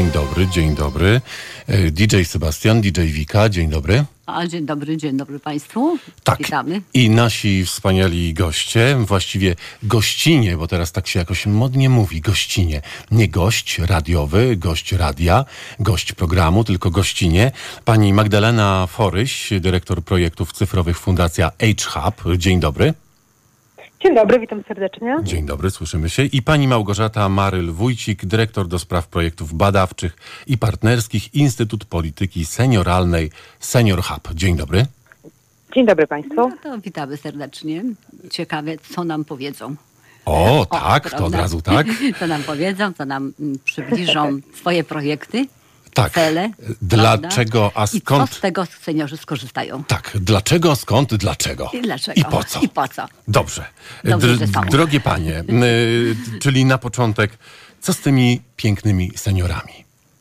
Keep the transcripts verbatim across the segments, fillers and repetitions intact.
Dzień dobry, dzień dobry. D J Sebastian, D J Wika, dzień dobry. A, dzień dobry, dzień dobry Państwu. Tak. Witamy. I nasi wspaniali goście, właściwie gościnie, bo teraz tak się jakoś modnie mówi, gościnie. Nie gość radiowy, gość radia, gość programu, tylko gościnie. Pani Magdalena Foryś, dyrektor projektów cyfrowych Fundacja H-Hub. Dzień dobry. Dzień dobry, witam serdecznie. Dzień dobry, słyszymy się. I pani Małgorzata Maryl-Wójcik, dyrektor do spraw projektów badawczych i partnerskich, Instytut Polityki Senioralnej Senior Hub. Dzień dobry. Dzień dobry Państwu. No to witamy serdecznie. Ciekawe, co nam powiedzą. O, tak, o, to od razu tak. Co nam powiedzą, co nam mm, przybliżą swoje projekty, Tak. cele. Dlaczego, a I skąd? co z tego seniorzy skorzystają. Tak, dlaczego, skąd, dlaczego? I dlaczego. I po co? I po co. Dobrze. Dobrze, że są. Drogie panie, y, czyli na początek, co z tymi pięknymi seniorami?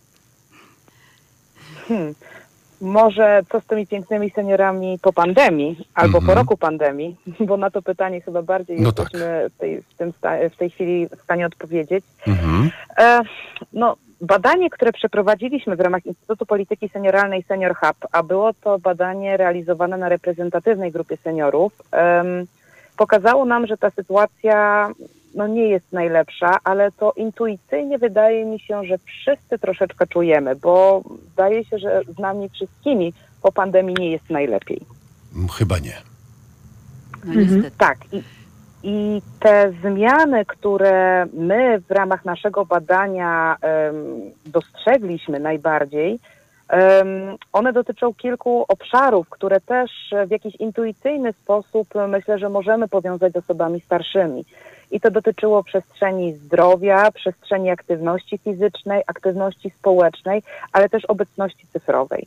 Hmm. Może co z tymi pięknymi seniorami po pandemii, albo Mhm. po roku pandemii, bo na to pytanie chyba bardziej No jesteśmy tak. w, tej, w, tym sta- w tej chwili w stanie odpowiedzieć. Mhm. E, no, badanie, które przeprowadziliśmy w ramach Instytutu Polityki Senioralnej Senior Hub, a było to badanie realizowane na reprezentatywnej grupie seniorów, em, pokazało nam, że ta sytuacja no, nie jest najlepsza, ale to intuicyjnie wydaje mi się, że wszyscy troszeczkę czujemy, bo zdaje się, że z nami wszystkimi po pandemii nie jest najlepiej. Chyba nie. No niestety. Tak. I, I te zmiany, które my w ramach naszego badania um, dostrzegliśmy najbardziej, um, one dotyczą kilku obszarów, które też w jakiś intuicyjny sposób myślę, że możemy powiązać z osobami starszymi. I to dotyczyło przestrzeni zdrowia, przestrzeni aktywności fizycznej, aktywności społecznej, ale też obecności cyfrowej.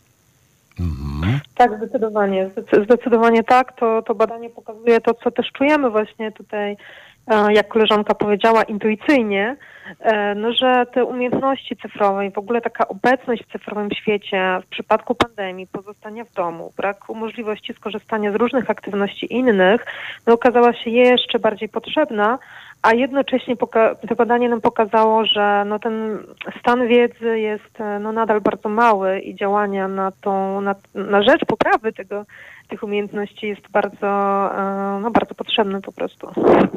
Mhm. Tak, zdecydowanie. Zdecy- Zdecydowanie tak. To, to badanie pokazuje to, co też czujemy właśnie tutaj, e, jak koleżanka powiedziała, intuicyjnie, e, no, że te umiejętności cyfrowe i w ogóle taka obecność w cyfrowym świecie w przypadku pandemii, pozostania w domu, brak możliwości skorzystania z różnych aktywności innych, no, okazała się jeszcze bardziej potrzebna, a jednocześnie poka- to badanie nam pokazało, że no, ten stan wiedzy jest no, nadal bardzo mały i działania na, tą, na, na rzecz poprawy tego, tych umiejętności jest bardzo, e, no, bardzo potrzebny po prostu.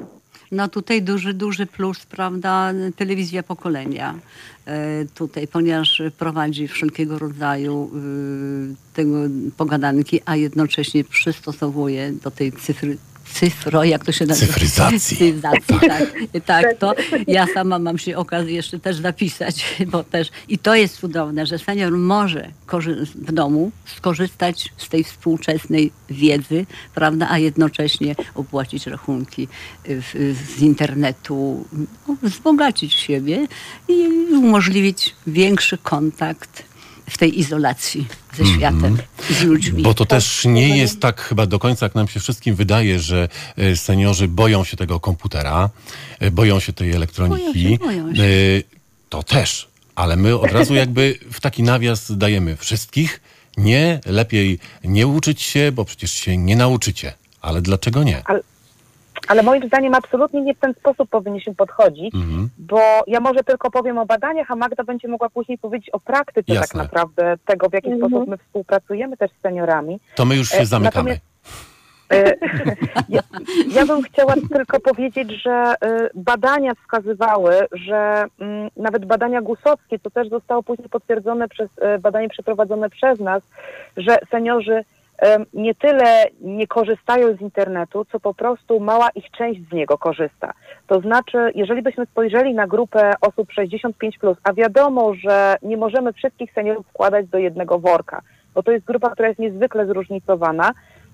No tutaj duży, duży plus, prawda, telewizja pokolenia. E, tutaj, ponieważ prowadzi wszelkiego rodzaju y, tego pogadanki, a jednocześnie przystosowuje do tej cyfry, cyfro, jak to się nazywa? Cyfryzacji. Cyfryzacji, tak. Tak, to ja sama mam się okazję jeszcze też zapisać, bo też i to jest cudowne, że senior może korzy- w domu skorzystać z tej współczesnej wiedzy, prawda, a jednocześnie opłacić rachunki w, z internetu, no, wzbogacić siebie i umożliwić większy kontakt w tej izolacji ze światem, mm-hmm. z ludźmi. Bo to też nie jest tak chyba do końca, jak nam się wszystkim wydaje, że e, seniorzy boją się tego komputera, e, boją się tej elektroniki. Boją się, boją się. E, to też, ale my od razu jakby w taki nawias dajemy wszystkich. Nie, lepiej nie uczyć się, bo przecież się nie nauczycie. Ale dlaczego nie? Ale, ale moim zdaniem absolutnie nie w ten sposób powinniśmy podchodzić, Mhm. bo ja może tylko powiem o badaniach, a Magda będzie mogła później powiedzieć o praktyce Jasne. tak naprawdę tego, w jaki Mhm. sposób my współpracujemy też z seniorami. To my już się E, zamykamy. natomiast- E, ja, ja bym chciała tylko powiedzieć, że e, badania wskazywały, że mm, nawet badania gusowskie, co też zostało później potwierdzone przez e, badanie przeprowadzone przez nas, że seniorzy e, nie tyle nie korzystają z internetu, co po prostu mała ich część z niego korzysta. To znaczy, jeżeli byśmy spojrzeli na grupę osób sześćdziesiąt pięć plus, a wiadomo, że nie możemy wszystkich seniorów wkładać do jednego worka, bo to jest grupa, która jest niezwykle zróżnicowana.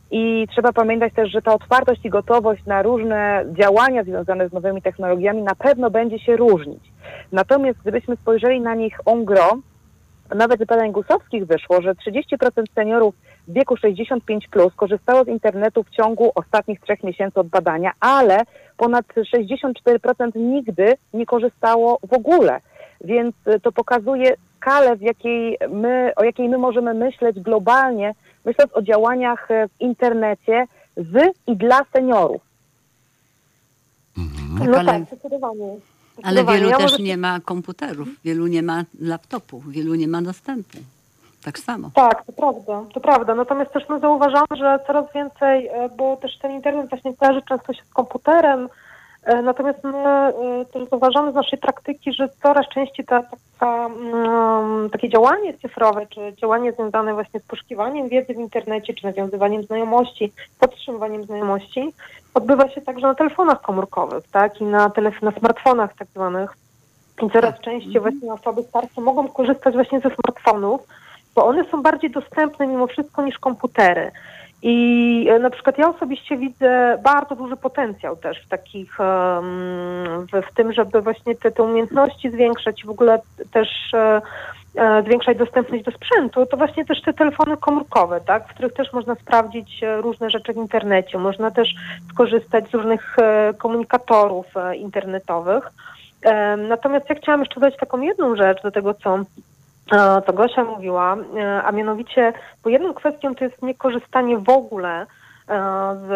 I trzeba pamiętać też, że ta otwartość i gotowość na różne działania związane z nowymi technologiami na pewno będzie się różnić. Natomiast gdybyśmy spojrzeli na nich en gros, nawet z badań gusowskich wyszło, że trzydzieści procent seniorów w wieku sześćdziesiąt pięć plus korzystało z internetu w ciągu ostatnich trzech miesięcy od badania, ale ponad sześćdziesiąt cztery procent nigdy nie korzystało w ogóle. Więc to pokazuje skalę, w jakiej my, o jakiej my możemy myśleć globalnie, myśląc o działaniach w internecie z i dla seniorów. Mhm. Tak, No ale tak, zdecydowanie. Ale wielu Ja też może... nie ma komputerów, wielu nie ma laptopów, wielu nie ma dostępu. Tak samo. Tak, to prawda, to prawda. Natomiast też my zauważamy, że coraz więcej, bo też ten internet właśnie kojarzy często się z komputerem, natomiast my też zauważamy z naszej praktyki, że coraz częściej ta, ta, um, takie działanie cyfrowe, czy działanie związane właśnie z poszukiwaniem wiedzy w internecie, czy nawiązywaniem znajomości, podtrzymywaniem znajomości, odbywa się także na telefonach komórkowych, tak, i na, telef- na smartfonach tak zwanych. I coraz Tak. częściej właśnie osoby starsze mogą korzystać właśnie ze smartfonów, bo one są bardziej dostępne mimo wszystko niż komputery. I na przykład ja osobiście widzę bardzo duży potencjał też w takich, w, w tym, żeby właśnie te, te umiejętności zwiększać i w ogóle też zwiększać dostępność do sprzętu, to właśnie też te telefony komórkowe, tak, w których też można sprawdzić różne rzeczy w internecie. Można też skorzystać z różnych komunikatorów internetowych. Natomiast ja chciałam jeszcze dodać taką jedną rzecz do tego, co to Gosia mówiła, a mianowicie, bo jedną kwestią to jest niekorzystanie w ogóle z,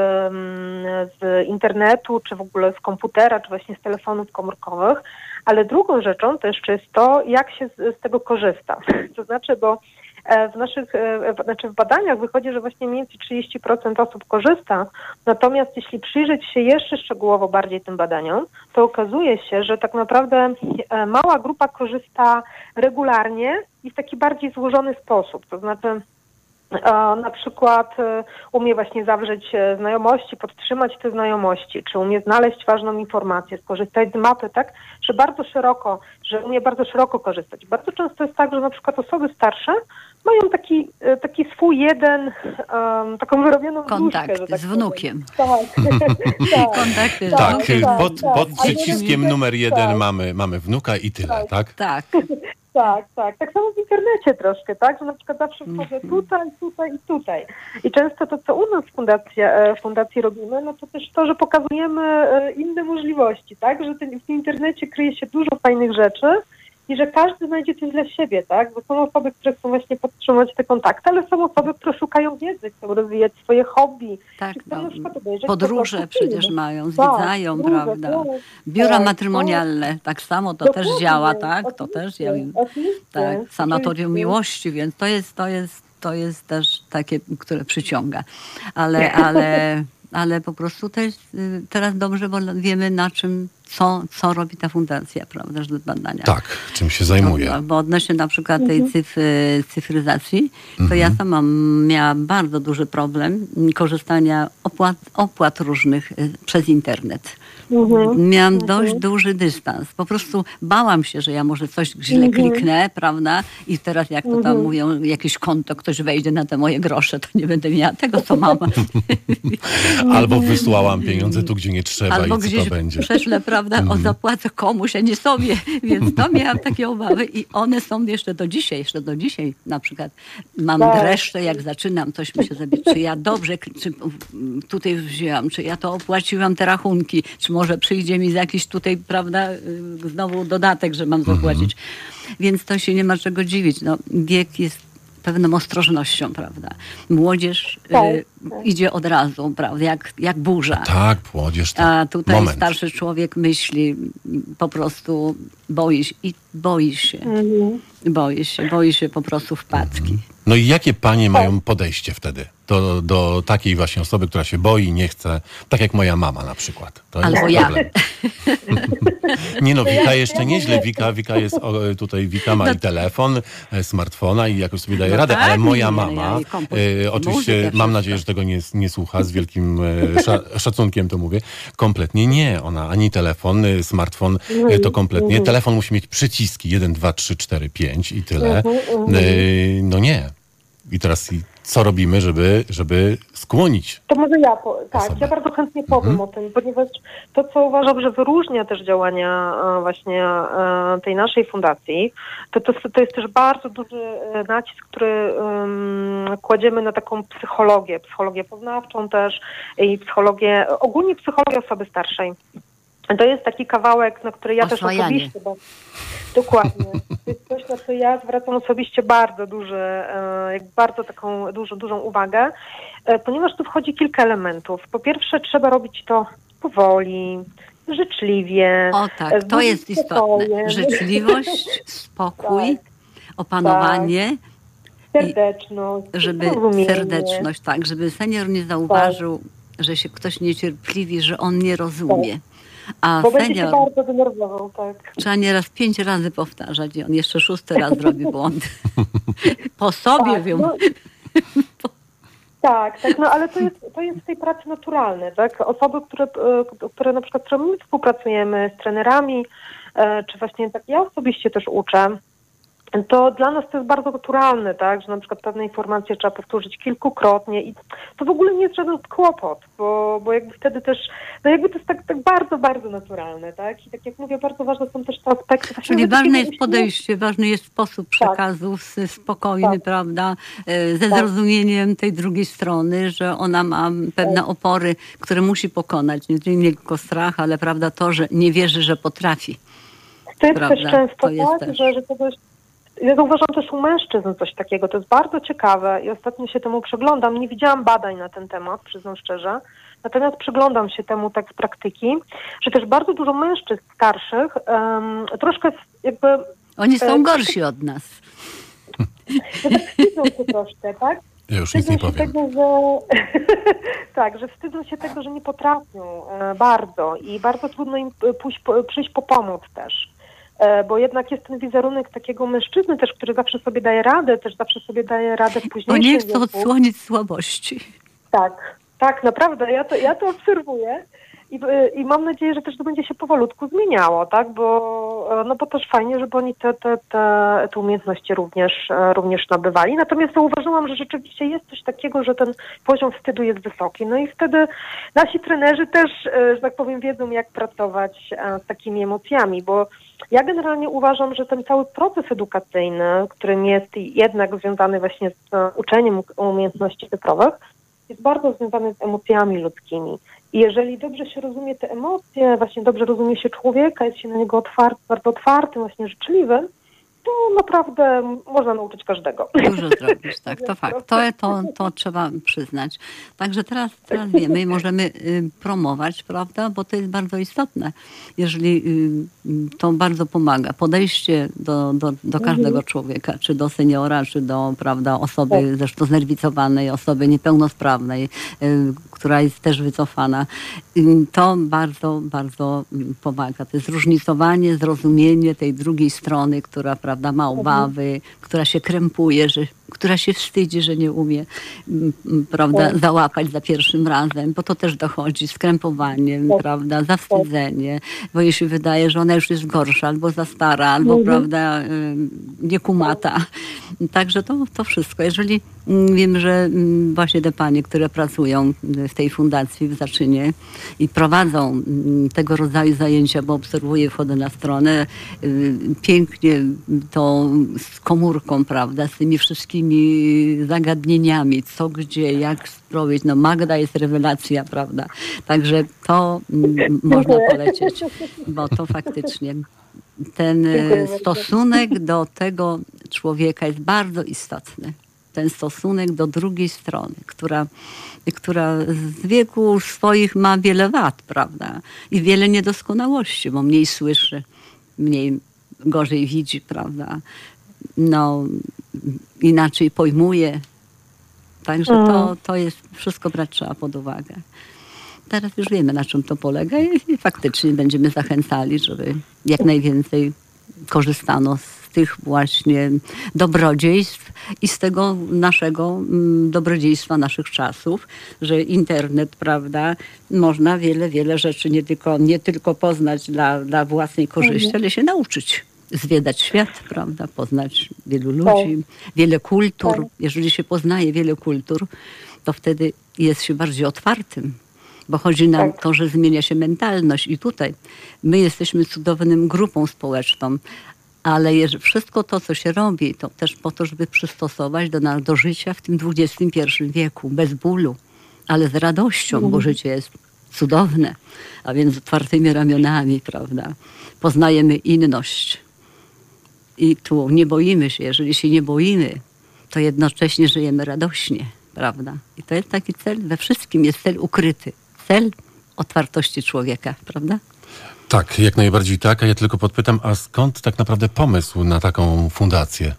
z internetu, czy w ogóle z komputera, czy właśnie z telefonów komórkowych, ale drugą rzeczą to jeszcze jest to, jak się z, z tego korzysta. To znaczy, bo w naszych, w, znaczy w badaniach wychodzi, że właśnie mniej więcej trzydzieści procent osób korzysta, natomiast jeśli przyjrzeć się jeszcze szczegółowo bardziej tym badaniom, to okazuje się, że tak naprawdę mała grupa korzysta regularnie i w taki bardziej złożony sposób, to znaczy na przykład umie właśnie zawrzeć znajomości, podtrzymać te znajomości, czy umie znaleźć ważną informację, skorzystać z mapy, tak, że bardzo szeroko, że umie bardzo szeroko korzystać. Bardzo często jest tak, że na przykład osoby starsze mają taki, taki swój jeden, um, taką wyrobioną kontakt duszkę, że tak z wnukiem. Tak, tak. Kontakty z Tak, wnukiem. pod, tak, pod tak. przyciskiem Ale- numer jeden tak. mamy, mamy wnuka i tyle, tak? Tak. Tak, tak. Tak samo w internecie troszkę, tak? Że na przykład zawsze wchodzę tutaj, tutaj i tutaj. I często to, co u nas w fundacji, w fundacji robimy, no to też to, że pokazujemy inne możliwości, tak? Że ten, w internecie kryje się dużo fajnych rzeczy i że każdy znajdzie coś dla siebie, tak? Bo są osoby, które chcą właśnie podtrzymać te kontakty, ale są osoby, które szukają wiedzy, chcą rozwijać swoje hobby. Tak, Chcą no, na przykład obejrzeć podróże po prostu przecież filmy. mają, Tak, zwiedzają, podróże, prawda? tak, Biura tak, matrymonialne, tak samo to Dokładnie, też działa, tak? To też oczywiście, ja wiem. oczywiście, Tak, sanatorium oczywiście. miłości, więc to jest, to jest, to jest też takie, które przyciąga. Ale, ale, ale po prostu to jest y, teraz dobrze, bo wiemy na czym, co, co robi ta fundacja, prawda, że badania. Tak, czym się zajmuje. No, bo odnośnie na przykład tej cyfry, cyfryzacji, to ja sama miałam bardzo duży problem korzystania opłat, opłat różnych y, przez internet. Mhm. Miałam dość duży dystans. Po prostu bałam się, że ja może coś źle kliknę, prawda? I teraz jak to tam mówią, jakieś konto, ktoś wejdzie na te moje grosze, to nie będę miała tego, co mam. Albo wysłałam pieniądze tu, gdzie nie trzeba Albo i co gdzieś to będzie. prześlę, prawda, o zapłacę komuś, a nie sobie. Więc to miałam takie obawy i one są jeszcze do dzisiaj, jeszcze do dzisiaj na przykład mam Tak. dreszcze, jak zaczynam coś mi się zrobić, czy ja dobrze, czy tutaj wzięłam, czy ja to opłaciłam te rachunki, czy może przyjdzie mi za jakiś tutaj, prawda, znowu dodatek, że mam zapłacić. Więc to się nie ma czego dziwić. No, wiek jest pewną ostrożnością, prawda. Młodzież Tak, y, tak. idzie od razu, prawda, jak, jak burza. Tak, młodzież to A tutaj moment. starszy człowiek myśli, po prostu boi się i boi się. Mhm. Boi się, boi się po prostu wpadki. No i jakie panie mają podejście wtedy do, do takiej właśnie osoby, która się boi, nie chce, tak jak moja mama na przykład. To Albo jest ja. problem. Nie no, Wika jeszcze nieźle. Wika, Wika jest o, tutaj, Wika ma i telefon, e, smartfona i jakoś sobie daje No radę, tak, ale moja nie, mama, ja i komputer, e, oczywiście muzykę, mam wszystko. nadzieję, że tego nie, nie słucha, z wielkim e, sza, szacunkiem to mówię, kompletnie nie. Ona ani telefon, e, smartfon e, to kompletnie. Telefon musi mieć przyciski jeden, dwa, trzy, cztery, pięć i tyle. E, no nie. I teraz i co robimy, żeby, żeby skłonić? To może ja, po, tak, Osobę. ja bardzo chętnie powiem Mhm. o tym, ponieważ to, co uważam, że wyróżnia też działania e, właśnie e, tej naszej fundacji, to, to, to jest też bardzo duży e, nacisk, który um, kładziemy na taką psychologię, psychologię poznawczą też i psychologię, ogólnie psychologię osoby starszej. To jest taki kawałek, na który ja Oswajanie. też osobiście, bo dokładnie. To jest coś, na co ja zwracam osobiście bardzo duży, e, jak bardzo taką dużą, dużą uwagę, e, ponieważ tu wchodzi kilka elementów. Po pierwsze, trzeba robić to powoli, życzliwie. O tak, to jest istotne. Życzliwość, spokój, tak, opanowanie. Tak. Serdeczność. Żeby serdeczność, tak, żeby senior nie zauważył, tak, że się ktoś niecierpliwi, że on nie rozumie. Tak. A Bo senior będzie się bardzo denerwował, tak. Trzeba nieraz pięć razy powtarzać i on jeszcze szósty raz zrobi błąd. Po sobie tak, wiem. No, tak, tak, no ale to jest, to jest w tej pracy naturalne, tak? Osoby, które, które na przykład, z którymi współpracujemy, z trenerami, czy właśnie tak ja osobiście też uczę, to dla nas to jest bardzo naturalne, tak, że na przykład pewne informacje trzeba powtórzyć kilkukrotnie i to w ogóle nie jest żaden kłopot, bo, bo jakby wtedy też, no jakby to jest tak, tak bardzo, bardzo naturalne, tak, i tak jak mówię, bardzo ważne są też te aspekty. Czyli ważne jest podejście, ważny jest sposób przekazu, tak, spokojny, tak, prawda, ze zrozumieniem tej drugiej strony, że ona ma pewne tak opory, które musi pokonać, nie tylko strach, ale prawda, to, że nie wierzy, że potrafi. To jest prawda? też często to jest tak, też, że, że to jest. Ja zauważam też u mężczyzn coś takiego, to jest bardzo ciekawe i ostatnio się temu przyglądam. Nie widziałam badań na ten temat, przyznam szczerze, natomiast przyglądam się temu tak z praktyki, że też bardzo dużo mężczyzn starszych um, troszkę jakby... Oni są e, gorsi od nas. Że tak wstydzą się troszkę, tak? Ja już nic nie powiem. Tego, że... tak, że wstydzą się tego, że nie potrafią e, bardzo i bardzo trudno im pójść, po, przyjść po pomoc też. Bo jednak jest ten wizerunek takiego mężczyzny też, który zawsze sobie daje radę, też zawsze sobie daje radę w późniejszym wieku. Bo nie chcą odsłonić słabości. Tak, tak, naprawdę, ja to, ja to obserwuję i, i mam nadzieję, że też to będzie się powolutku zmieniało, tak, bo, no bo też fajnie, żeby oni te, te, te, te umiejętności również, również nabywali. Natomiast zauważyłam, że rzeczywiście jest coś takiego, że ten poziom wstydu jest wysoki. No i wtedy nasi trenerzy też, że tak powiem, wiedzą, jak pracować z takimi emocjami, bo ja generalnie uważam, że ten cały proces edukacyjny, którym jest jednak związany właśnie z uczeniem umiejętności cyfrowych, jest bardzo związany z emocjami ludzkimi. I jeżeli dobrze się rozumie te emocje, właśnie dobrze rozumie się człowieka, jest się na niego otwarty, bardzo otwartym, właśnie życzliwym, to naprawdę można nauczyć każdego. Dużo zrobić, tak, to fakt. To, to, to trzeba przyznać. Także teraz, teraz wiemy i możemy y, promować, prawda, bo to jest bardzo istotne. Jeżeli y, to bardzo pomaga. Podejście do, do, do każdego człowieka, czy do seniora, czy do, prawda, osoby tak, zresztą znerwicowanej, osoby niepełnosprawnej, y, która jest też wycofana. Y, to bardzo, bardzo pomaga. To jest zróżnicowanie, zrozumienie tej drugiej strony, która, prawda, ma obawy, która się krępuje, że, która się wstydzi, że nie umie, prawda, załapać za pierwszym razem, bo to też dochodzi z krępowaniem, prawda, zawstydzenie, bo jej się wydaje, że ona już jest gorsza, albo za stara, albo, mhm, prawda, niekumata. Także to, to wszystko. Jeżeli wiem, że właśnie te panie, które pracują w tej fundacji w Zaczynie i prowadzą tego rodzaju zajęcia, bo obserwuję, wchodzę na stronę, pięknie to z komórką, prawda, z tymi wszystkimi zagadnieniami, co, gdzie, jak spróbować. No Magda jest rewelacja, prawda. Także to m, można polecieć, bo to faktycznie ten stosunek do tego człowieka jest bardzo istotny. Ten stosunek do drugiej strony, która, która z wieku swoich ma wiele wad, prawda, i wiele niedoskonałości, bo mniej słyszy, mniej gorzej widzi, prawda, no inaczej pojmuje. Także to, to jest wszystko brać trzeba pod uwagę. Teraz już wiemy, na czym to polega i faktycznie będziemy zachęcali, żeby jak najwięcej korzystano z tych właśnie dobrodziejstw i z tego naszego dobrodziejstwa naszych czasów, że internet, prawda, można wiele, wiele rzeczy nie tylko, nie tylko poznać dla, dla własnej korzyści, ale się nauczyć. Zwiedzać świat, prawda, poznać wielu ludzi, wiele kultur. Jeżeli się poznaje wiele kultur, to wtedy jest się bardziej otwartym, bo chodzi nam to, że zmienia się mentalność i tutaj my jesteśmy cudowną grupą społeczną, ale wszystko to, co się robi, to też po to, żeby przystosować do, do życia w tym dwudziestym pierwszym wieku, bez bólu, ale z radością, mm. bo życie jest cudowne, a więc z otwartymi ramionami, prawda, poznajemy inność. I tu nie boimy się. Jeżeli się nie boimy, to jednocześnie żyjemy radośnie, prawda? I to jest taki cel, we wszystkim jest cel ukryty. Cel otwartości człowieka, prawda? Tak, jak najbardziej tak, a ja tylko podpytam, a skąd tak naprawdę pomysł na taką fundację?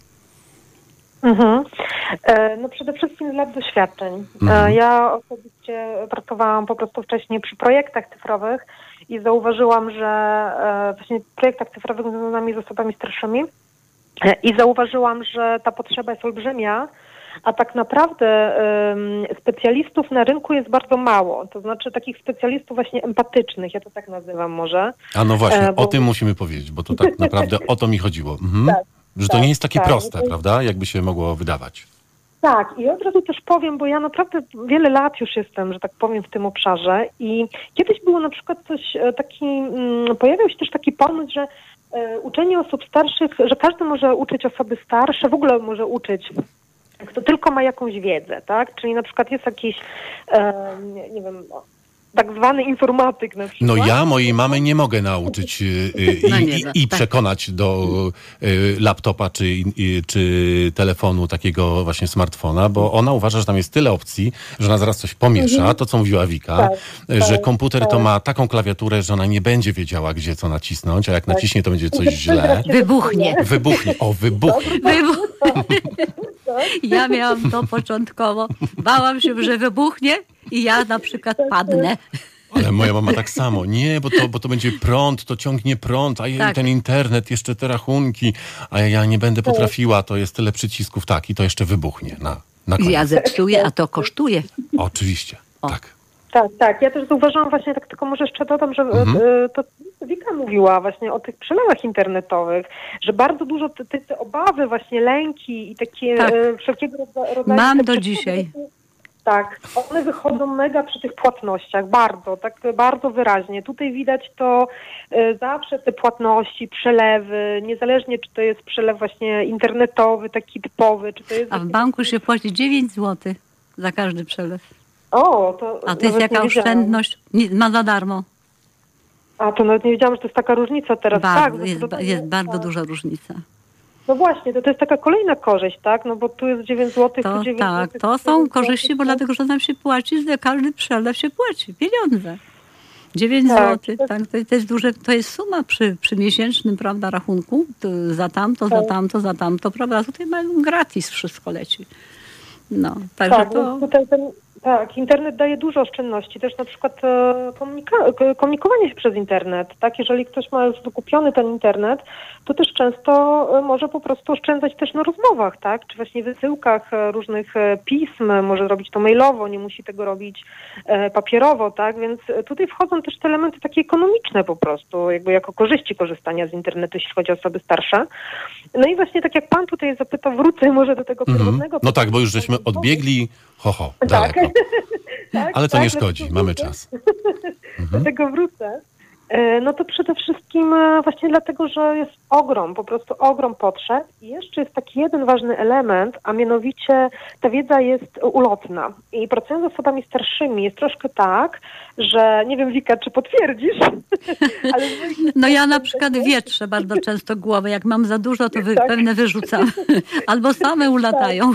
Mhm. No przede wszystkim z lat doświadczeń. Mhm. Ja osobiście pracowałam po prostu wcześniej przy projektach cyfrowych i zauważyłam, że właśnie w projektach cyfrowych związanymi z osobami starszymi i zauważyłam, że ta potrzeba jest olbrzymia, a tak naprawdę um, specjalistów na rynku jest bardzo mało. To znaczy takich specjalistów właśnie empatycznych, ja to tak nazywam może. A no właśnie, e, bo... o tym musimy powiedzieć, bo to tak naprawdę o to mi chodziło. Mhm. Tak, że tak, to nie jest takie tak. proste, prawda? Jakby się mogło wydawać. Tak, i od razu też powiem, bo ja naprawdę wiele lat już jestem, że tak powiem, w tym obszarze i kiedyś było na przykład coś taki, um, pojawiał się też taki pomysł, że um, uczenie osób starszych, że każdy może uczyć osoby starsze, w ogóle może uczyć, kto tylko ma jakąś wiedzę, tak? Czyli na przykład jest jakiś, um, nie, nie wiem, tak zwany informatyk na przykład. No ja mojej mamy nie mogę nauczyć y, y, No i, nie, i, no, i tak. przekonać do y, laptopa czy, y, czy telefonu, takiego właśnie smartfona, bo ona uważa, że tam jest tyle opcji, że ona zaraz coś pomiesza, to co mówiła Wika, Tak, że tak, komputer tak. to ma taką klawiaturę, że ona nie będzie wiedziała, gdzie co nacisnąć, a jak naciśnie, to będzie coś źle. Wybuchnie. Wybuchnie, o wybuchnie. Wybuch... Ja miałam to początkowo. Bałam się, że wybuchnie i ja na przykład padnę. Ale moja mama tak samo. Nie, bo to, bo to będzie prąd, to ciągnie prąd, a jej Tak. ten internet, jeszcze te rachunki, a ja nie będę potrafiła, to jest tyle przycisków, tak, i to jeszcze wybuchnie na, na koniec. Ja zepsuję, a to kosztuje. Oczywiście, O. tak. Tak, tak. Ja też zauważyłam właśnie, tak tylko może jeszcze dodam, że Mhm. e, to Wika mówiła właśnie o tych przelewach internetowych, że bardzo dużo te, te, te obawy, właśnie lęki i takie Tak. e, wszelkiego rodza- rodzaju... Mam te do przeszkody, dzisiaj. Tak, one wychodzą mega przy tych płatnościach, bardzo, tak bardzo wyraźnie. Tutaj widać to e, zawsze te płatności, przelewy, niezależnie czy to jest przelew właśnie internetowy, taki typowy, czy to jest... A w banku się płaci dziewięć złotych za każdy przelew. O, to A to jest nawet jaka nie wiedziałam. oszczędność? Nie, ma za darmo. A to nawet nie wiedziałam, że to jest taka różnica teraz. Bardzo, tak, jest, zdecydowanie. jest bardzo Tak. duża różnica. No właśnie, to, to jest taka kolejna korzyść, tak? No bo tu jest dziewięć złotych, To, tu dziewięć tak, złotych, to tu są dziewięć korzyści, złotych, bo tak. dlatego, że nam się płaci, za każdy przelew się płaci. Pieniądze. dziewięć Tak, złotych, to- tak, to, to jest duże, to jest suma przy, przy miesięcznym, prawda, rachunku. To za tamto, za Tak. tamto, za tamto, prawda? Tutaj mają gratis, wszystko leci. No, także Tak, to... więc tutaj ten, tak, internet daje dużo oszczędności. Też na przykład e, komunika- k- komunikowanie się przez internet, tak? Jeżeli ktoś ma już wykupiony ten internet, to też często e, może po prostu oszczędzać też na rozmowach, tak? Czy właśnie wysyłkach e, różnych e, pism, może robić to mailowo, nie musi tego robić e, papierowo, tak? Więc e, tutaj wchodzą też te elementy takie ekonomiczne po prostu, jakby jako korzyści korzystania z internetu, jeśli chodzi o osoby starsze. No i właśnie tak jak pan tutaj zapytał, wrócę może do tego Mhm. pierwotnego... No tak, bo już żeśmy odbiegli, ho, ho, Tak. daleko. Tak, Ale to tak, nie dlatego szkodzi, mamy wrócę. czas. Do tego wrócę. E, No to przede wszystkim e, właśnie dlatego, że jest ogrom, po prostu ogrom potrzeb. I jeszcze jest taki jeden ważny element, a mianowicie ta wiedza jest ulotna. I pracując z osobami starszymi jest troszkę tak, że nie wiem, Wika, czy potwierdzisz, ale... No ja na przykład wietrzę bardzo często głowę. Jak mam za dużo, to wy, Tak. pewne wyrzucam. Albo same ulatają.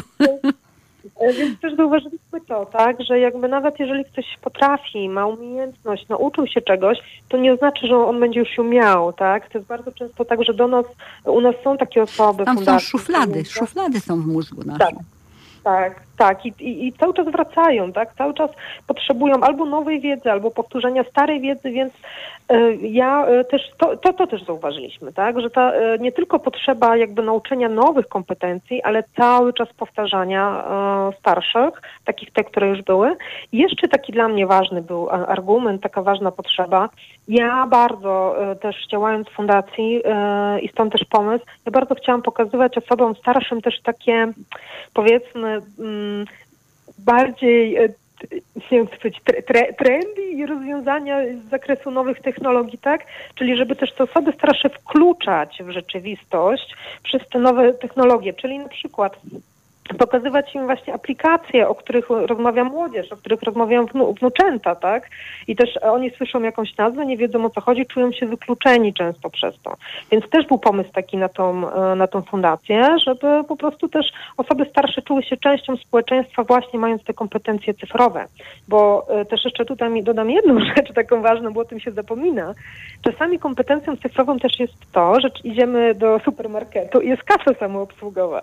E, Więc też zauważyliśmy to, tak, że jakby nawet jeżeli ktoś potrafi, ma umiejętność, nauczył się czegoś, to nie oznacza, że on będzie już ją miał, tak? To jest bardzo często tak, że do nas, u nas są takie osoby. Tam są fundacje, szuflady, które- szuflady są w mózgu Tak, naszym. tak, tak. I, i, I cały czas wracają, tak? Cały czas potrzebują albo nowej wiedzy, albo powtórzenia starej wiedzy, więc y, ja y, też, to, to, to też zauważyliśmy, tak? Że ta y, nie tylko potrzeba jakby nauczenia nowych kompetencji, ale cały czas powtarzania y, starszych, takich te, które już były. I jeszcze taki dla mnie ważny był a, argument, taka ważna potrzeba. Ja bardzo y, też działając w fundacji y, i stąd też pomysł, ja bardzo chciałam pokazywać osobom starszym też takie, powiedzmy, mm, bardziej, e, t- nie wiem co powiedzieć, tre, tre, trendy i rozwiązania z zakresu nowych technologii, tak? Czyli żeby też te osoby starsze wkluczać w rzeczywistość przez te nowe technologie, czyli na przykład pokazywać im właśnie aplikacje, o których rozmawia młodzież, o których rozmawiają wnu, wnuczęta, tak? I też oni słyszą jakąś nazwę, nie wiedzą o co chodzi, czują się wykluczeni często przez to. Więc też był pomysł taki na tą, na tą fundację, żeby po prostu też osoby starsze czuły się częścią społeczeństwa właśnie mając te kompetencje cyfrowe. Bo też jeszcze tutaj dodam jedną rzecz taką ważną, bo o tym się zapomina. Czasami kompetencją cyfrową też jest to, że idziemy do supermarketu i jest kasa samoobsługowa.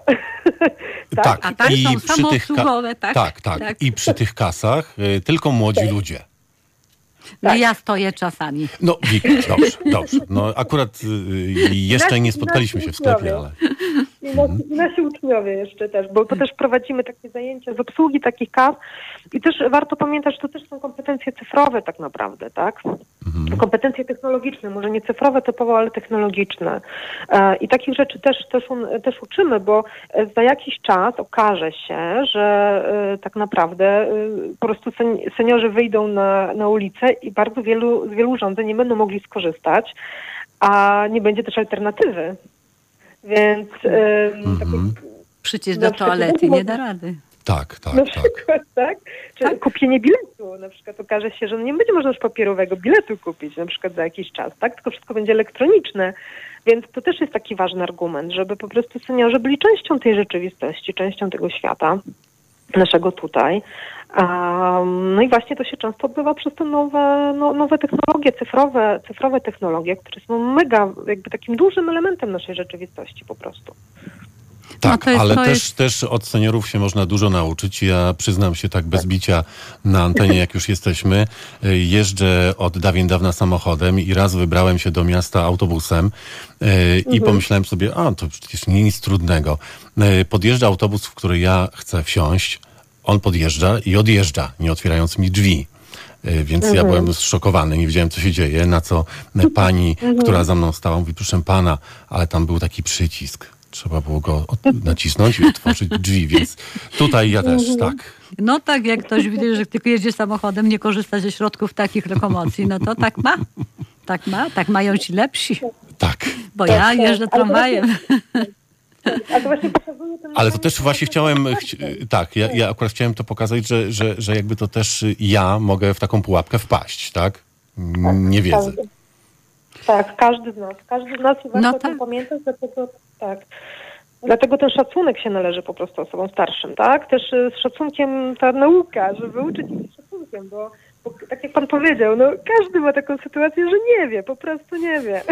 tak? A tak I są przy tych samoobsługowe, tak? Tak, tak. tak. I przy tych kasach y, tylko młodzi Tak. ludzie. No Tak. ja stoję czasami. No, Wika, dobrze, dobrze. No akurat y, jeszcze nie spotkaliśmy się w sklepie, ale... I nasi, i nasi uczniowie jeszcze też, bo to też prowadzimy takie zajęcia z obsługi takich kas i też warto pamiętać, że to też są kompetencje cyfrowe tak naprawdę, tak? Mhm. Kompetencje technologiczne, może nie cyfrowe typowo, ale technologiczne. E, I takich rzeczy też, też, un, też uczymy, bo za jakiś czas okaże się, że e, tak naprawdę e, po prostu sen, seniorzy wyjdą na, na ulicę i bardzo wielu, z wielu urządzeń nie będą mogli skorzystać, a nie będzie też alternatywy. Więc um, Mhm. Przecież Na do przykład toalety można- nie da rady. Tak, tak, na tak. przykład, tak? Czy Tak. kupienie biletu, na przykład okaże się, że nie będzie można już papierowego biletu kupić na przykład za jakiś czas, tak? Tylko wszystko będzie elektroniczne. Więc to też jest taki ważny argument, żeby po prostu seniorzy byli częścią tej rzeczywistości, częścią tego świata naszego tutaj. Um, no i właśnie to się często odbywa przez te nowe, no, nowe technologie, cyfrowe, cyfrowe technologie, które są mega, jakby takim dużym elementem naszej rzeczywistości po prostu. Tak, No to jest- ale to też, jest- też od seniorów się można dużo nauczyć. Ja przyznam się tak bez bicia na antenie, jak już jesteśmy. Y, Jeżdżę od dawien dawna samochodem i raz wybrałem się do miasta autobusem y, i pomyślałem sobie, a to przecież nie nic trudnego. Y, Podjeżdża autobus, w który ja chcę wsiąść. On podjeżdża i odjeżdża, nie otwierając mi drzwi. Y, Więc ja byłem zszokowany, nie wiedziałem, co się dzieje, na co y, pani, która za mną stała, mówi, proszę pana, ale tam był taki przycisk. Trzeba było go od- nacisnąć i otworzyć drzwi, więc tutaj ja też, tak. No tak, jak ktoś widzi, że tylko jedzie samochodem, nie korzysta ze środków takich lokomocji, no to tak ma. Tak ma, tak mają ci lepsi. Tak. Bo Tak, ja tak. jeżdżę Ale to tramwajem. A to właśnie pokazuje ten... Ale to też właśnie chciałem, chci- tak, ja, ja akurat chciałem to pokazać, że, że, że jakby to też ja mogę w taką pułapkę wpaść, tak? Nie wiedzę. Każdy. Tak, każdy z nas. Każdy z nas i warto No o tym tak. pamiętać, dlatego tak. Dlatego ten szacunek się należy po prostu osobom starszym, tak? Też y, z szacunkiem ta nauka, żeby uczyć ich z szacunkiem, bo, bo tak jak pan powiedział, no każdy ma taką sytuację, że nie wie, po prostu nie wie.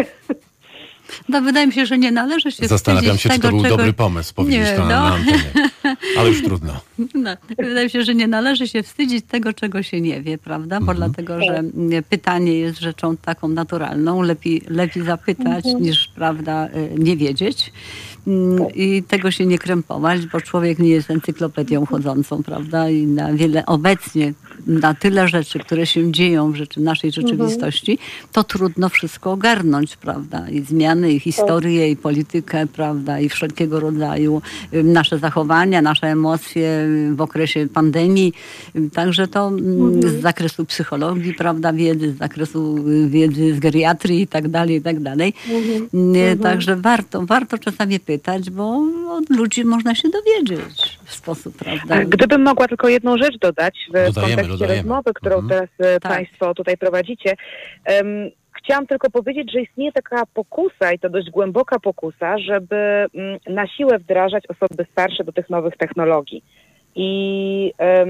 No wydaje mi się, że nie należy się Zastanawiam wstydzić się, czy tego, to był czego... dobry pomysł powiedzieć Nie, to na, no. na antenie. Ale już trudno. No, wydaje mi się, że nie należy się wstydzić tego, czego się nie wie, prawda? Bo dlatego, że mm, pytanie jest rzeczą taką naturalną. Lepiej, lepiej zapytać, niż, prawda, y, nie wiedzieć. Mm, I tego się nie krępować, bo człowiek nie jest encyklopedią chodzącą, prawda? I na wiele obecnie, na tyle rzeczy, które się dzieją w rzeczy, naszej rzeczywistości, to trudno wszystko ogarnąć, prawda? I zmiany, i historię, i politykę, prawda? I wszelkiego rodzaju y, nasze zachowania, nasze emocje y, w okresie pandemii. Y, Także to mm, z zakresu psychologii, prawda? Wiedzy, z zakresu y, wiedzy z geriatrii i tak dalej, i tak dalej. Y, Także warto, warto czasami pytać, bo od ludzi można się dowiedzieć w sposób, prawda? Gdybym mogła tylko jedną rzecz dodać w Dodajemy, kontekście dodajemy. rozmowy, którą Mhm. teraz e, Tak. Państwo tutaj prowadzicie. Em, chciałam tylko powiedzieć, że istnieje taka pokusa i to dość głęboka pokusa, żeby mm, na siłę wdrażać osoby starsze do tych nowych technologii. I em,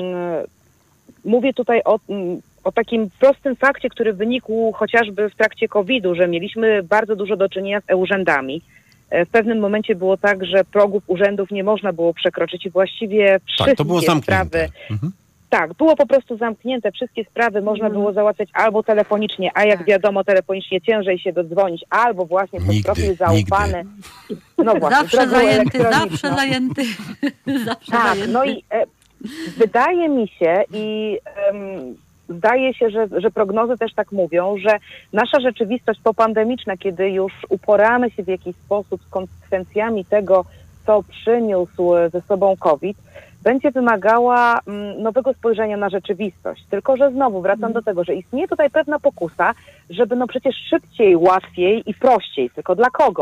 mówię tutaj o, mm, o takim prostym fakcie, który wynikł chociażby w trakcie kowida, że mieliśmy bardzo dużo do czynienia z e-urzędami. W pewnym momencie było tak, że progów urzędów nie można było przekroczyć i właściwie wszystkie Tak, to było zamknięte. sprawy... Mhm. Tak, było po prostu zamknięte. Wszystkie sprawy można było załatwiać albo telefonicznie, a jak Tak. wiadomo telefonicznie ciężej się dodzwonić, albo właśnie przez Nigdy, profil zaufany. No właśnie, Zawsze drogą zajęty, elektroniczną. zawsze zajęty. Zawsze Tak, zajęty. no i e, wydaje mi się i em, zdaje się, że, że prognozy też tak mówią, że nasza rzeczywistość popandemiczna, kiedy już uporamy się w jakiś sposób z konsekwencjami tego, co przyniósł ze sobą COVID, będzie wymagała mm, nowego spojrzenia na rzeczywistość. Tylko że znowu wracam do tego, że istnieje tutaj pewna pokusa, żeby no przecież szybciej, łatwiej i prościej. Tylko dla kogo?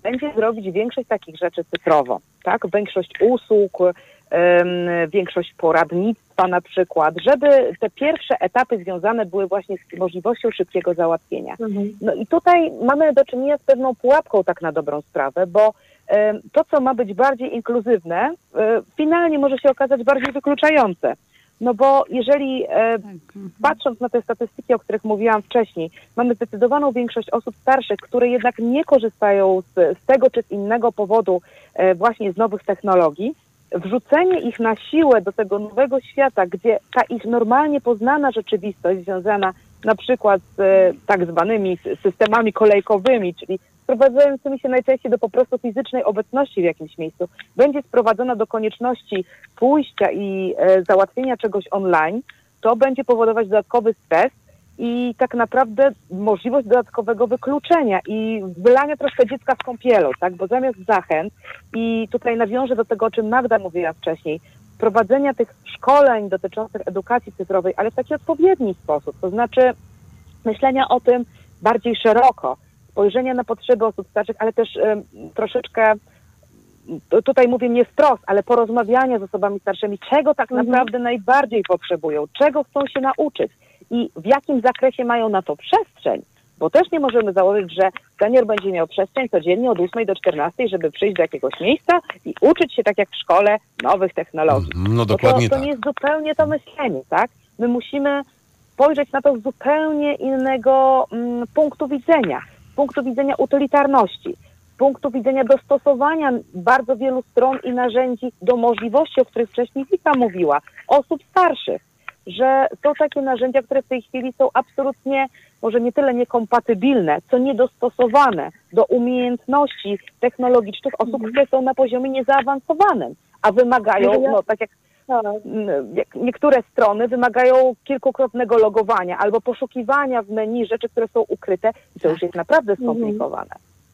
będzie zrobić większość takich rzeczy cyfrowo, tak? Większość usług, um, większość poradnictwa na przykład, żeby te pierwsze etapy związane były właśnie z możliwością szybkiego załatwienia. Mhm. No i tutaj mamy do czynienia z pewną pułapką tak na dobrą sprawę, bo um, to, co ma być bardziej inkluzywne, um, finalnie może się okazać bardziej wykluczające. No bo jeżeli e, patrząc na te statystyki, o których mówiłam wcześniej, mamy zdecydowaną większość osób starszych, które jednak nie korzystają z, z tego czy z innego powodu e, właśnie z nowych technologii, wrzucenie ich na siłę do tego nowego świata, gdzie ta ich normalnie poznana rzeczywistość związana na przykład z e, tak zwanymi systemami kolejkowymi, czyli sprowadzającymi się najczęściej do po prostu fizycznej obecności w jakimś miejscu, będzie sprowadzona do konieczności pójścia i e, załatwienia czegoś online, to będzie powodować dodatkowy stres i tak naprawdę możliwość dodatkowego wykluczenia i wylania troszkę dziecka z kąpielą, tak? Bo zamiast zachęt, i tutaj nawiążę do tego, o czym Magda mówiła wcześniej, prowadzenia tych szkoleń dotyczących edukacji cyfrowej, ale w taki odpowiedni sposób, to znaczy myślenia o tym bardziej szeroko, spojrzenia na potrzeby osób starszych, ale też um, troszeczkę, tutaj mówię nie wprost, ale porozmawiania z osobami starszymi, czego tak mhm. naprawdę najbardziej potrzebują, czego chcą się nauczyć i w jakim zakresie mają na to przestrzeń, bo też nie możemy założyć, że senior będzie miał przestrzeń codziennie od ósmej do czternastej, żeby przyjść do jakiegoś miejsca i uczyć się tak jak w szkole nowych technologii. No dokładnie to, to tak. nie jest zupełnie to myślenie, tak? My musimy spojrzeć na to z zupełnie innego mm, punktu widzenia. punktu widzenia utylitarności, z punktu widzenia dostosowania bardzo wielu stron i narzędzi do możliwości, o których wcześniej Wika mówiła, osób starszych, że są takie narzędzia, które w tej chwili są absolutnie, może nie tyle niekompatybilne, co niedostosowane do umiejętności technologicznych osób, mhm. które są na poziomie niezaawansowanym, a wymagają, no tak jak niektóre strony wymagają kilkukrotnego logowania albo poszukiwania w menu rzeczy, które są ukryte i to już jest naprawdę skomplikowane.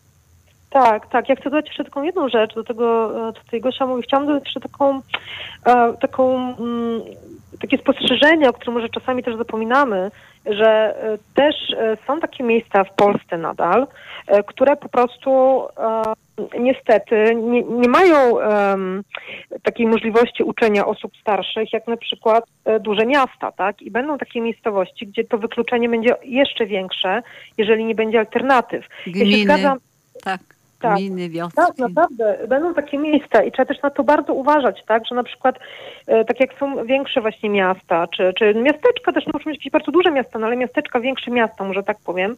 Tak, tak. Ja chcę dodać jeszcze taką jedną rzecz do tego, co tutaj Gosia mówi. Chciałam dodać jeszcze taką, e, taką mm, takie spostrzeżenie, o którym może czasami też zapominamy, że e, też e, są takie miejsca w Polsce nadal, e, które po prostu e, niestety nie, nie mają um, takiej możliwości uczenia osób starszych, jak na przykład e, duże miasta, tak? I będą takie miejscowości, gdzie to wykluczenie będzie jeszcze większe, jeżeli nie będzie alternatyw. Gminy, ja się zgadzam, tak, tak, gminy, wioski. Tak, naprawdę. Będą takie miejsca i trzeba też na to bardzo uważać, tak? Że na przykład e, tak jak są większe właśnie miasta, czy, czy miasteczka, też no, muszą być jakieś bardzo duże miasta, no ale miasteczka, większe miasta, może tak powiem,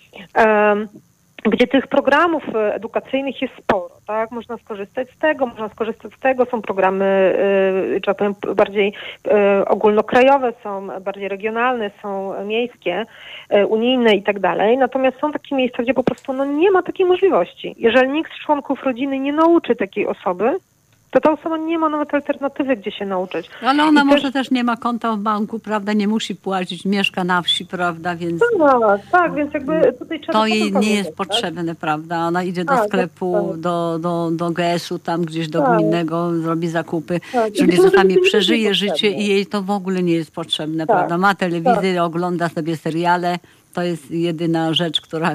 um, gdzie tych programów edukacyjnych jest sporo, tak? Można skorzystać z tego, można skorzystać z tego, są programy, yy, czy powiem, bardziej yy, ogólnokrajowe, są bardziej regionalne, są miejskie, yy, unijne i tak dalej. Natomiast są takie miejsca, gdzie po prostu no, nie ma takiej możliwości. Jeżeli nikt z członków rodziny nie nauczy takiej osoby, to ta osoba nie ma nawet alternatywy, gdzie się nauczyć. Ale ona I może też... też nie ma konta w banku, prawda, nie musi płacić, mieszka na wsi, prawda, więc... Tak, tak, więc jakby tutaj trzeba... To jej nie jest potrzebne, tak? Prawda, ona idzie do tak, sklepu, tak. do, do, do G S u, tam gdzieś do tak. gminnego, zrobi zakupy, tak. czyli czasami przeżyje życie i jej to w ogóle nie jest potrzebne, tak. prawda, ma telewizję, tak. ogląda sobie seriale. To jest jedyna rzecz, która,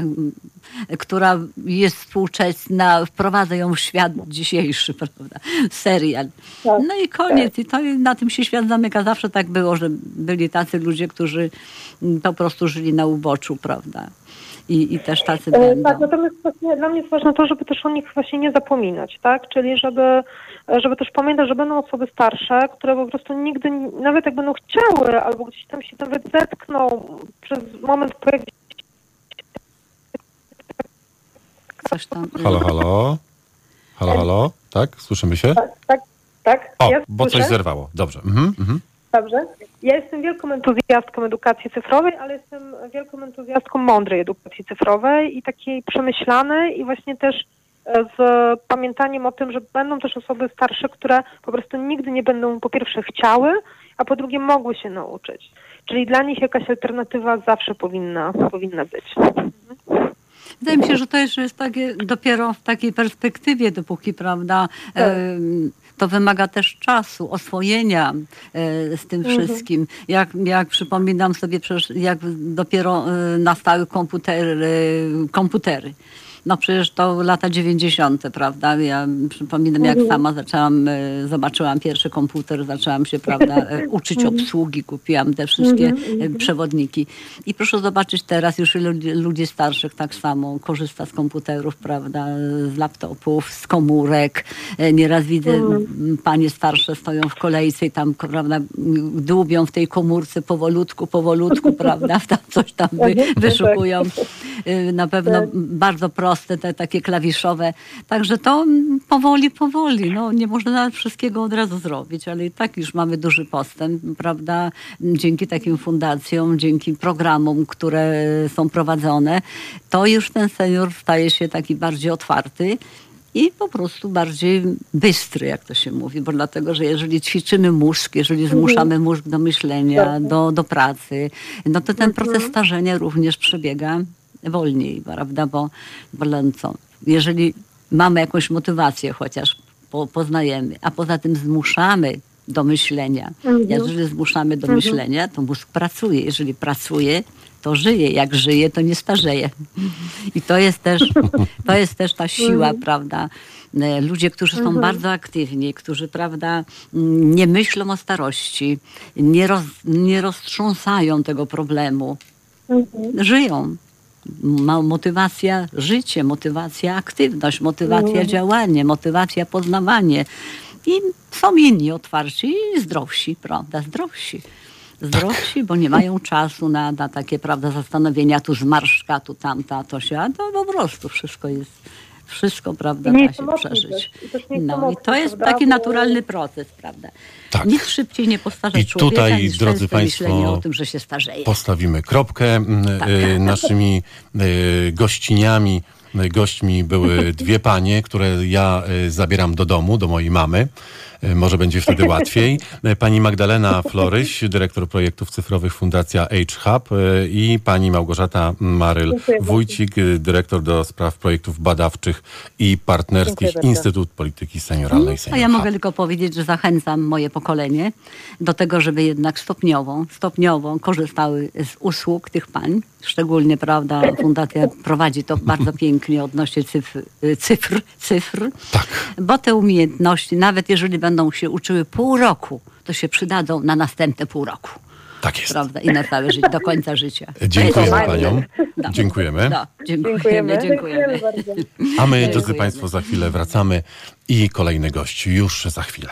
która jest współczesna, wprowadza ją w świat dzisiejszy, prawda? Serial. Tak, no i koniec. Tak. I to na tym się świat zamyka. Zawsze tak było, że byli tacy ludzie, którzy po prostu żyli na uboczu, prawda? I, i też tacy będą. Tak, natomiast właśnie dla mnie jest ważne to, żeby też o nich właśnie nie zapominać, tak? Czyli żeby, żeby też pamiętać, że będą osoby starsze, które po prostu nigdy, nawet jak będą chciały, albo gdzieś tam się nawet zetkną przez moment pojawienia. Coś tam. Halo, halo. Halo, halo. Tak? Słyszymy się? Tak, tak. tak. O, ja bo coś zerwało. Dobrze. Mhm, mhm. Dobrze. Ja jestem wielką entuzjastką edukacji cyfrowej, ale jestem wielką entuzjastką mądrej edukacji cyfrowej i takiej przemyślanej i właśnie też z pamiętaniem o tym, że będą też osoby starsze, które po prostu nigdy nie będą po pierwsze chciały, a po drugie mogły się nauczyć. Czyli dla nich jakaś alternatywa zawsze powinna, powinna być. Mhm. Wydaje mi się, że to jeszcze jest takie, dopiero w takiej perspektywie, dopóki, prawda, tak. e, to wymaga też czasu, oswojenia e, z tym mhm. wszystkim. Jak, jak przypominam sobie, przecież jak dopiero e, nastały komputery, komputery. No przecież to lata dziewięćdziesiąte, prawda? Ja przypominam, jak sama zaczęłam, zobaczyłam pierwszy komputer, zaczęłam się, prawda, uczyć obsługi, kupiłam te wszystkie przewodniki. I proszę zobaczyć teraz, już ludzi starszych tak samo korzysta z komputerów, prawda, z laptopów, z komórek. Nieraz widzę, panie starsze stoją w kolejce i tam, prawda, dłubią w tej komórce powolutku, powolutku, prawda, tam coś tam wy, wyszukują. Na pewno bardzo proste, te takie klawiszowe. Także to powoli, powoli. No, nie można nawet wszystkiego od razu zrobić, ale i tak już mamy duży postęp, prawda? Dzięki takim fundacjom, dzięki programom, które są prowadzone, to już ten senior staje się taki bardziej otwarty i po prostu bardziej bystry, jak to się mówi, bo dlatego, że jeżeli ćwiczymy mózg, jeżeli zmuszamy mózg do myślenia, do, do pracy, no to ten proces starzenia również przebiega wolniej, prawda, bo, bo co, jeżeli mamy jakąś motywację chociaż, po, poznajemy, a poza tym zmuszamy do myślenia. Mhm. Jeżeli zmuszamy do mhm. myślenia, to mózg pracuje. Jeżeli pracuje, to żyje. Jak żyje, to nie starzeje. I to jest też, to jest też ta siła, mhm. prawda. Ludzie, którzy są mhm. bardzo aktywni, którzy, prawda, nie myślą o starości, nie, roz, nie roztrząsają tego problemu. Mhm. Żyją. Motywacja życie, motywacja aktywność, motywacja mhm. działanie, motywacja poznawanie. I są inni otwarci i zdrowsi, prawda, zdrowsi. Zdrowsi, tak. Bo nie mają czasu na, na takie, prawda, zastanowienia, tu zmarszczka, tu tamta, to się, a to po prostu wszystko jest, wszystko, prawda, da się przeżyć. No i to jest taki naturalny proces, prawda. Tak. Nic szybciej nie postarza I człowieka, tutaj, niż drodzy państwo, o tym, że się starzeje. Postawimy kropkę. Tak. Naszymi gościniami, gośćmi były dwie panie, które ja zabieram do domu, do mojej mamy. Może będzie wtedy łatwiej. Pani Magdalena Floryś, dyrektor projektów cyfrowych Fundacja H-Hub i pani Małgorzata Maryl-Wójcik, dyrektor do spraw projektów badawczych i partnerskich Instytut Polityki Senioralnej Senior A ja mogę tylko powiedzieć, że zachęcam moje pokolenie do tego, żeby jednak stopniowo, stopniowo korzystały z usług tych pań. Szczególnie, prawda, Fundacja prowadzi to bardzo pięknie odnośnie cyfr, cyfr, cyfr tak. Bo te umiejętności, nawet jeżeli będą się uczyły pół roku, to się przydadzą na następne pół roku. Tak jest. Prawda? I na całe życie, do końca życia. Dziękujemy paniom. No. Dziękujemy. No, dziękujemy. Dziękujemy. dziękujemy. A my, drodzy państwo, za chwilę wracamy i kolejny gość już za chwilę.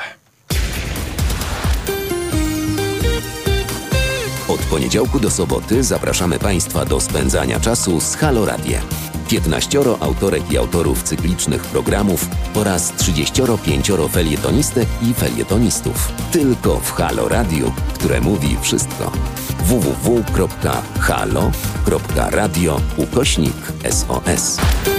Od poniedziałku do soboty zapraszamy państwa do spędzania czasu z Halo Radiem. piętnaścioro autorek i autorów cyklicznych programów oraz trzydzieścioro pięcioro felietonistek i felietonistów. Tylko w Halo Radiu, które mówi wszystko. w w w kropka halo kropka radio ukośnik S O S.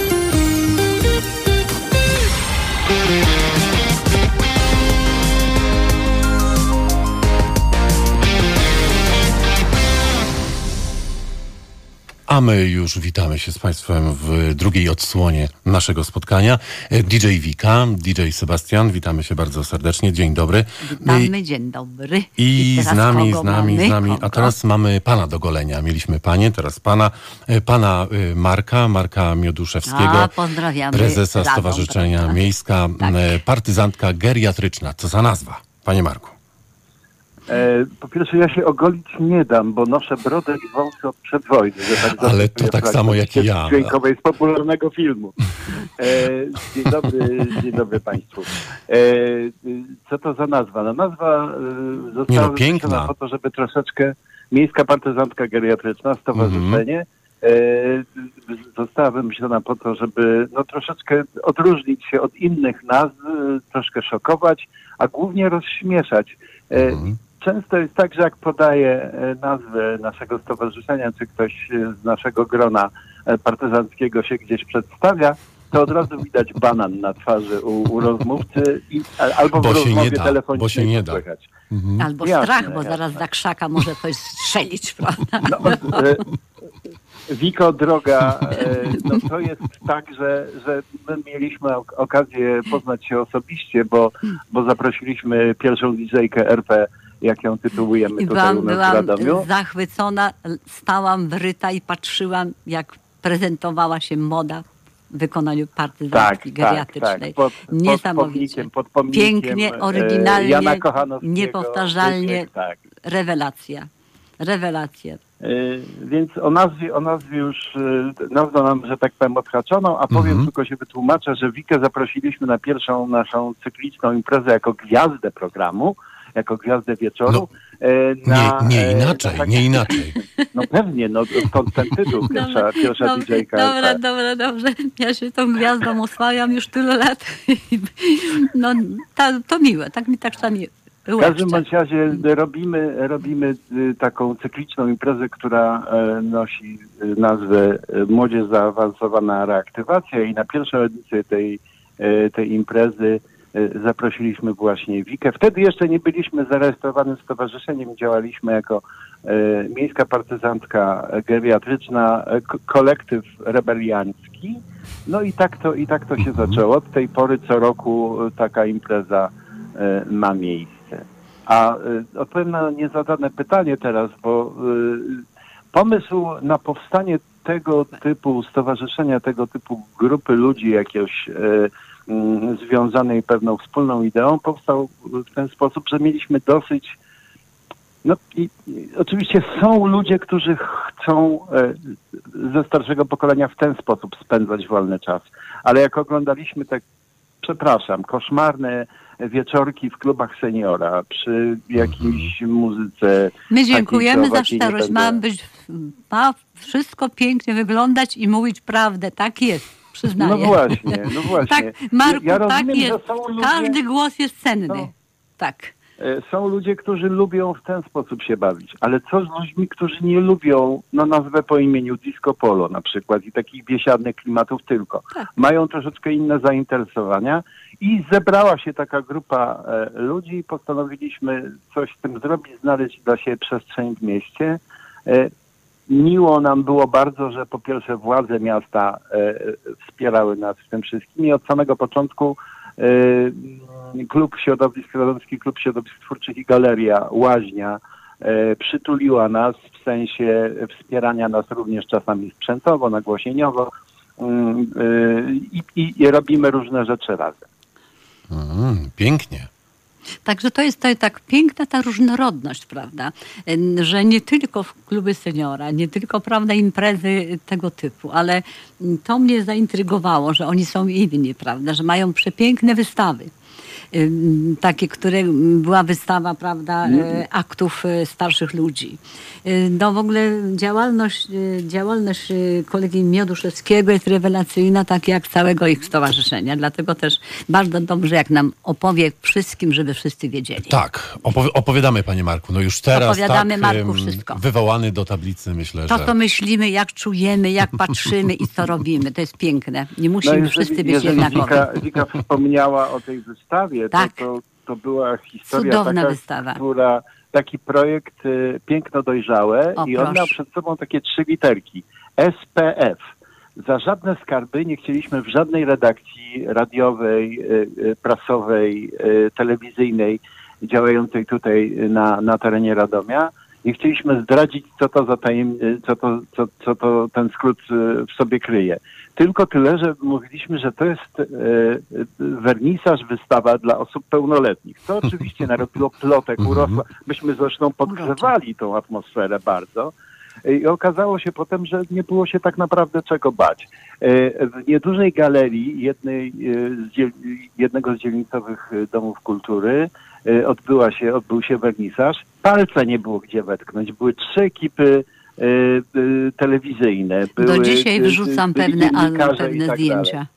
A my już witamy się z państwem w drugiej odsłonie naszego spotkania. D J Wika, D J Sebastian, witamy się bardzo serdecznie. Dzień dobry. Witamy, dzień dobry. I, I z nami, z nami, mamy? z nami. A teraz mamy pana do golenia. Mieliśmy panie, teraz pana. Pana Marka, Marka Mioduszewskiego. A, pozdrawiamy. Prezesa Razem, Stowarzyszenia prawda? Miejska, tak. Partyzantka geriatryczna. Co za nazwa, panie Marku? Po pierwsze, ja się ogolić nie dam, bo noszę brodę i wąsy od przedwojny. Tak Ale to tak samo jak i ja. Dźwiękowej z popularnego filmu. E, dzień dobry, dzień dobry państwu. E, co to za nazwa? No, nazwa e, została no, piękna po to, żeby troszeczkę Miejska Partyzantka Geriatryczna, stowarzyszenie, mm-hmm. e, została wymyślona po to, żeby no, troszeczkę odróżnić się od innych nazw, troszkę szokować, a głównie rozśmieszać. E, mm-hmm. Często jest tak, że jak podaję nazwę naszego stowarzyszenia, czy ktoś z naszego grona partyzanckiego się gdzieś przedstawia, to od razu widać banan na twarzy u, u rozmówcy i, albo bo w rozmowie da, telefonicznej bo się nie da. Mhm. Albo jasne, strach, bo jasne. Zaraz za krzaka może ktoś strzelić, prawda? No, e, Wiko, droga, e, no to jest tak, że, że my mieliśmy okazję poznać się osobiście, bo, bo zaprosiliśmy pierwszą didżejkę R P, jak ją tytułujemy I tutaj byłam, u nas byłam w Radomiu. zachwycona, stałam wryta i patrzyłam, jak prezentowała się moda wykonaniu partyzantki tak, geriatrycznej. Tak, tak. Pod, Niesamowicie. Pod pomnikiem, Pięknie, oryginalnie, Jana Kochanowskiego, niepowtarzalnie. Tak. Rewelacja. Rewelacja. Yy, więc o nazwie, o nazwie już yy, nazwę nam, że tak powiem, odhaczoną, a powiem, Mhm. tylko się wytłumaczę, że Wikę zaprosiliśmy na pierwszą naszą cykliczną imprezę jako gwiazdę programu, jako gwiazdę wieczoru. No, yy, na, Nie, nie yy, inaczej, tak- nie inaczej. No pewnie, no stąd ten tytuł, pierwsza, pierwsza dobra, didżejka. dobra, tak. dobra, dobrze. Ja się tą gwiazdą oswajam już tyle lat. No, ta, to miłe, tak mi tak czasami W każdym bądź razie robimy, robimy y, taką cykliczną imprezę, która e, nosi y, nazwę y, Młodzież Zaawansowana Reaktywacja i na pierwszą edycję tej, e, tej imprezy e, zaprosiliśmy właśnie Wikę. Wtedy jeszcze nie byliśmy zarejestrowanym stowarzyszeniem, działaliśmy jako e, Miejska Partyzantka Geriatryczna, e, k- kolektyw rebeliancki. No i tak to, i tak to się zaczęło. Od tej pory co roku e, taka impreza e, ma miejsce. A y, odpowiem na niezadane pytanie teraz, bo y, pomysł na powstanie tego typu stowarzyszenia, tego typu grupy ludzi jakiegoś y, y, związanej pewną wspólną ideą powstał w ten sposób, że mieliśmy dosyć. No i, i oczywiście są ludzie, którzy chcą y, ze starszego pokolenia w ten sposób spędzać wolny czas, ale jak oglądaliśmy te, przepraszam, koszmarne wieczorki w klubach seniora, przy jakiejś muzyce. My dziękujemy za takiej, szczerość. nie Ma będę- być, ma wszystko pięknie wyglądać i mówić prawdę. Tak jest, przyznaję. No właśnie, no właśnie. Tak, Marku, ja tak rozumiem, jest. że są ludzie, Każdy głos jest cenny. No. Tak. e, są ludzie, którzy lubią w ten sposób się bawić, ale co z ludźmi, którzy nie lubią, no nazwę po imieniu disco polo na przykład i takich biesiadnych klimatów tylko. Tak. Mają troszeczkę inne zainteresowania i zebrała się taka grupa e, ludzi i postanowiliśmy coś z tym zrobić, znaleźć dla siebie przestrzeń w mieście. E, miło nam było bardzo, że po pierwsze władze miasta e, wspierały nas w tym wszystkim i od samego początku e, Klub Środowisk, Radomski Klub Środowisk Twórczych i Galeria Łaźnia e, przytuliła nas w sensie wspierania nas również czasami sprzętowo, nagłośnieniowo mm, e, i, i, i robimy różne rzeczy razem. Mm, pięknie. Także to jest to, tak piękna ta różnorodność, prawda, że nie tylko w kluby seniora, nie tylko, prawda, imprezy tego typu, ale to mnie zaintrygowało, że oni są inni, prawda, że mają przepiękne wystawy. Takie, które była wystawa, prawda, aktów starszych ludzi. No w ogóle działalność, działalność kolegi Mioduszewskiego jest rewelacyjna, tak jak całego ich stowarzyszenia. Dlatego też bardzo dobrze, jak nam opowie wszystkim, żeby wszyscy wiedzieli. Tak, opowi- opowiadamy, panie Marku. No już teraz Opowiadamy, tak, Marku, em, wszystko. wywołany do tablicy, myślę, To, że... co myślimy, jak czujemy, jak patrzymy i co robimy. To jest piękne. Nie musimy jeżeli, wszyscy być jeżeli jednakowi. Wika, Wika wspomniała o tej wystawie, Tak. to, to, to była historia Cudowna taka, wystawa. która taki projekt y, Piękno Dojrzałe O, i on proszę. miał przed sobą takie trzy literki. S P F. Za żadne skarby nie chcieliśmy w żadnej redakcji radiowej, y, y, prasowej, y, telewizyjnej działającej tutaj na, na terenie Radomia. Nie chcieliśmy zdradzić, co to za tajem, co to, co, co to ten skrót y, w sobie kryje. Tylko tyle, że mówiliśmy, że to jest e, wernisaż, wystawa dla osób pełnoletnich. To oczywiście narobiło plotek, urosło. Myśmy zresztą podgrzewali tą atmosferę bardzo. I okazało się potem, że nie było się tak naprawdę czego bać. E, w niedużej galerii jednej, e, z dziel, jednego z dzielnicowych domów kultury e, odbyła się, odbył się wernisaż. Palca nie było gdzie wetknąć. Były trzy ekipy Y, y, telewizyjne. Były, Do dzisiaj y, wrzucam y, pewne, dziennikarze pewne i tak zdjęcia. dalej.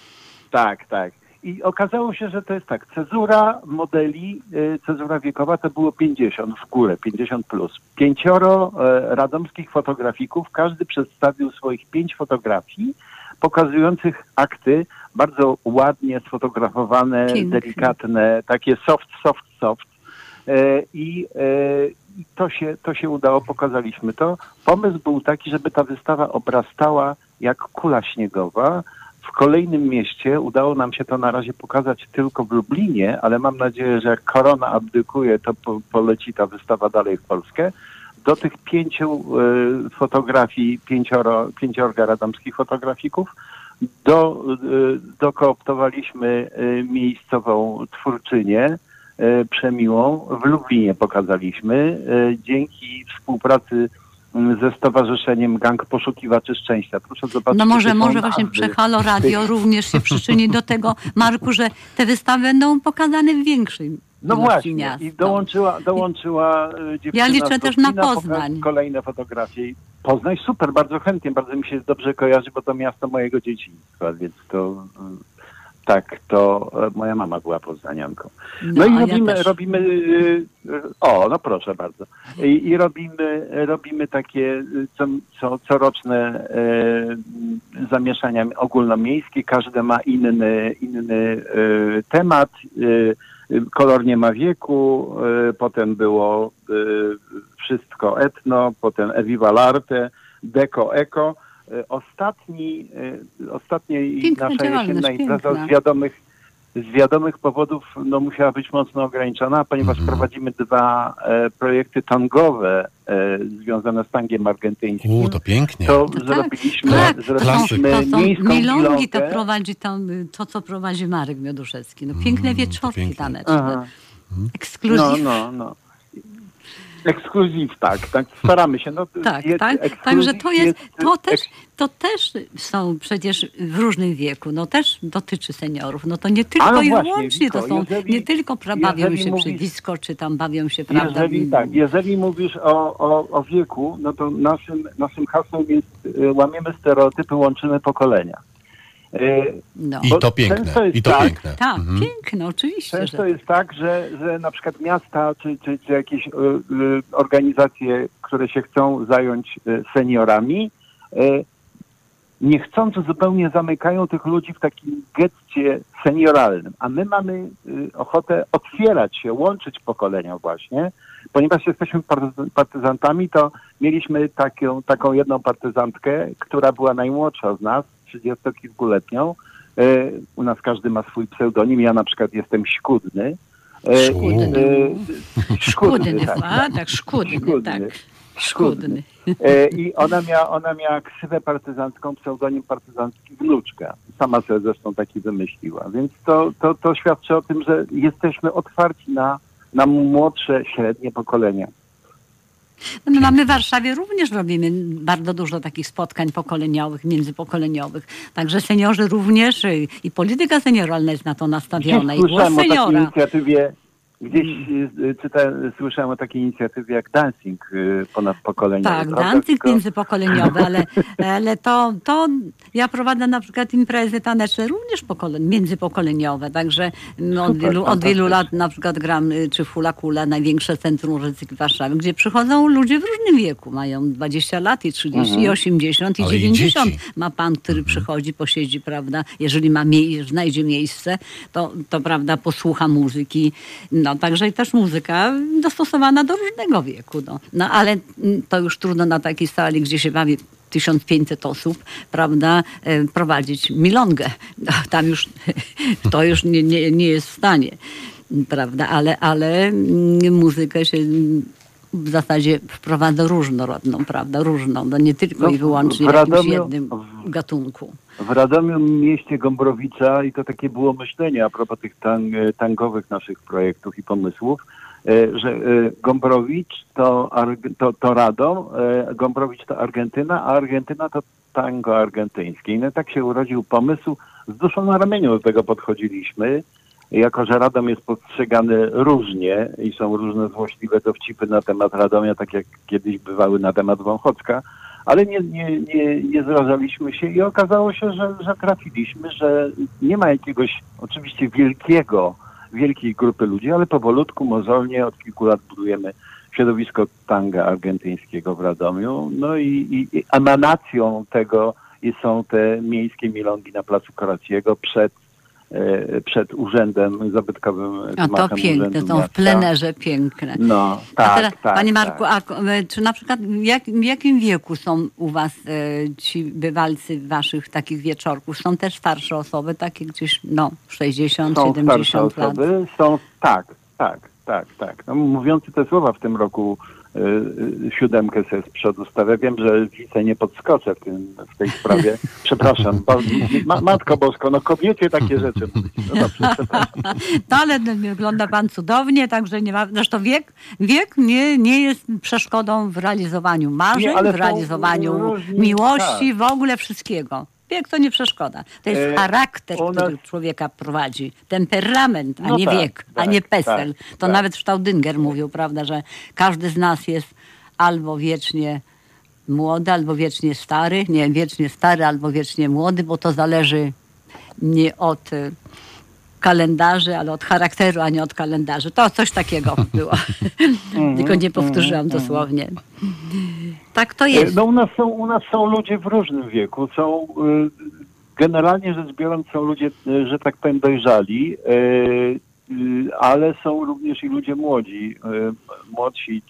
Tak, tak. I okazało się, że to jest tak. Cezura modeli, y, cezura wiekowa to było pięćdziesiąt w górę, pięćdziesiąt plus. Pięcioro y, radomskich fotografików, każdy przedstawił swoich pięć fotografii pokazujących akty bardzo ładnie sfotografowane, Piękne. delikatne, takie soft, soft, soft. Y, I y, I to się, to się udało, pokazaliśmy to. Pomysł był taki, żeby ta wystawa obrastała jak kula śniegowa. W kolejnym mieście udało nam się to na razie pokazać tylko w Lublinie, ale mam nadzieję, że jak korona abdykuje, to po, poleci ta wystawa dalej w Polskę. Do tych pięciu y, fotografii, pięcioro, pięciorga radomskich fotografików do, dokooptowaliśmy miejscową twórczynię Przemiłą. W Lublinie pokazaliśmy. Dzięki współpracy ze Stowarzyszeniem Gang Poszukiwaczy Szczęścia. Proszę zobaczyć. No może, może właśnie Halo Radio również się przyczyni do tego, Marku, że te wystawy będą pokazane w większej No właśnie, miast. I dołączyła, dołączyła dziewczyna. Ja liczę też na Poznań. Kolejne fotografie. Poznań super, bardzo chętnie, bardzo mi się dobrze kojarzy, bo to miasto mojego dzieciństwa, więc to tak, to moja mama była poznanianką. No, no i robimy, ja robimy, o, no proszę bardzo. I, i robimy, robimy takie co, co, coroczne e, zamieszania ogólnomiejskie. Każde ma inny, inny e, temat. E, kolor nie ma wieku, e, potem było e, wszystko etno, potem Eviva l'arte, Deco Eco. Ostatni, ostatniej piękna nasza jesienna impreza z wiadomych, z wiadomych powodów no, musiała być mocno ograniczona, ponieważ mm. prowadzimy dwa e, projekty tangowe e, związane z tangiem argentyńskim. U, to pięknie. To, to zrobiliśmy, tak, zrobiliśmy to są miejską milongi, milonkę. to prowadzi tam, to, co prowadzi Marek Mioduszewski. No, piękne mm, wieczorki taneczne. Ekskluzyw. No, no, no. Ekskluzyw, tak, tak, staramy się. No, tak, tak, także to jest, to też, to też są przecież w różnym wieku, no też dotyczy seniorów, no to nie tylko no i właśnie, wyłącznie Wiko, to są, jeżeli, nie tylko pra, bawią się mówisz, przy disco, czy tam bawią się, prawda? Jeżeli, tak, jeżeli mówisz o, o, o wieku, no to naszym, naszym hasłem jest łamiemy stereotypy, łączymy pokolenia. No. I to piękne, i to tak, piękne. Tak, mhm. piękne, oczywiście. Często że... jest tak, że, że na przykład miasta czy, czy, czy jakieś y, y, organizacje, które się chcą zająć y, seniorami, y, niechcąco zupełnie zamykają tych ludzi w takim getcie senioralnym. A my mamy y, ochotę otwierać się, łączyć pokolenia właśnie. Ponieważ jesteśmy partyzantami, to mieliśmy taką, taką jedną partyzantkę, która była najmłodsza z nas, trzydziestokilkuletnią. U nas każdy ma swój pseudonim. Ja na przykład jestem Szkudny. Szkudny. Szkudny, tak, tak, tak, Szkudny, Szkudny. tak. Szkudny. I ona miała, ona miała ksywę partyzancką, pseudonim partyzancki Wnuczka. Sama sobie zresztą taki wymyśliła. Więc to, to, to świadczy o tym, że jesteśmy otwarci na, na młodsze, średnie pokolenia. No my mamy w Warszawie również robimy bardzo dużo takich spotkań pokoleniowych, międzypokoleniowych. Także seniorzy również i polityka senioralna jest na to nastawiona. Gdzieś i głos seniora. O takiej inicjatywie, gdzieś czytałem, słyszałem o takiej inicjatywie jak dancing ponadpokoleniowy. Tak, dancing międzypokoleniowy, ale, ale to, to ja prowadzę na przykład imprezy taneczne również pokole, międzypokoleniowe. Także no, od, wielu, od wielu lat na przykład gram czy Fula Kula, największe centrum recykli Warszawy, gdzie przychodzą ludzie w różnym wieku. Mają dwadzieścia lat i trzydzieści, mhm. i osiemdziesiąt, i dziewięćdziesiąt. Ma pan, który mhm. przychodzi, posiedzi, prawda, jeżeli ma mie- znajdzie miejsce, to, to prawda, posłucha muzyki. No, także też muzyka dostosowana do różnego wieku. No. no ale to już trudno na takiej sali, gdzie się bawi tysiąc pięćset osób, prawda, prowadzić milongę. No, tam już to już nie, nie, nie jest w stanie, prawda, ale, ale muzykę się w zasadzie wprowadza różnorodną, prawda, różną, no nie tylko no, i wyłącznie w, w jakimś Radomiu, jednym gatunku. W Radomiu, mieście Gombrowicza, i to takie było myślenie a propos tych tang, tangowych naszych projektów i pomysłów, że Gombrowicz to, to, to Radom, Gombrowicz to Argentyna, a Argentyna to tango argentyńskie. I no, tak się urodził pomysł, z duszą na ramieniu do tego podchodziliśmy. Jako że Radom jest postrzegany różnie i są różne złośliwe dowcipy na temat Radomia, tak jak kiedyś bywały na temat Wąchocka, ale nie, nie, nie, nie zrażaliśmy się i okazało się, że, że trafiliśmy, że nie ma jakiegoś oczywiście wielkiego, wielkiej grupy ludzi, ale powolutku, mozolnie od kilku lat budujemy środowisko tanga argentyńskiego w Radomiu. No i, i, i emanacją tego są te miejskie milongi na placu Korackiego przed przed urzędem zabytkowym. A to piękne, są w plenerze piękne. No, tak, a teraz, tak, Panie Marku, tak. a czy na przykład w, jak, w jakim wieku są u was e, ci bywalcy waszych takich wieczorków? Są też starsze osoby, takie gdzieś, no, sześćdziesiąt, są siedemdziesiąt lat? Osoby, są, tak, tak, tak, tak. No, mówiący te słowa w tym roku siódemkę sobie z przodu stawia. Wiem, że wice nie podskoczę w, tym, w tej sprawie. Przepraszam. Ma, Matko Bosko, no kobiecie takie rzeczy mówić. No dobrze, przepraszam. No ale wygląda pan cudownie, także nie ma... Zresztą wiek, wiek nie, nie jest przeszkodą w realizowaniu marzeń, Nie, w realizowaniu różni, miłości, tak. w ogóle wszystkiego. Wiek to nie przeszkoda. To jest E, charakter, nas... który człowieka prowadzi. Temperament, a No nie tak, wiek, a tak, nie PESEL. tak, to tak. nawet Staudinger mówił, prawda, że każdy z nas jest albo wiecznie młody, albo wiecznie stary. Nie, wiecznie stary, albo wiecznie młody, bo to zależy nie od y, kalendarzy, ale od charakteru, a nie od kalendarzy. To coś takiego było. Tylko nie powtórzyłam dosłownie. Tak to jest. No u nas są, u nas są ludzie w różnym wieku. Są, y, generalnie rzecz biorąc, są ludzie, y, że tak powiem, dojrzali, y, y, ale są również i ludzie młodzi, y, młodsi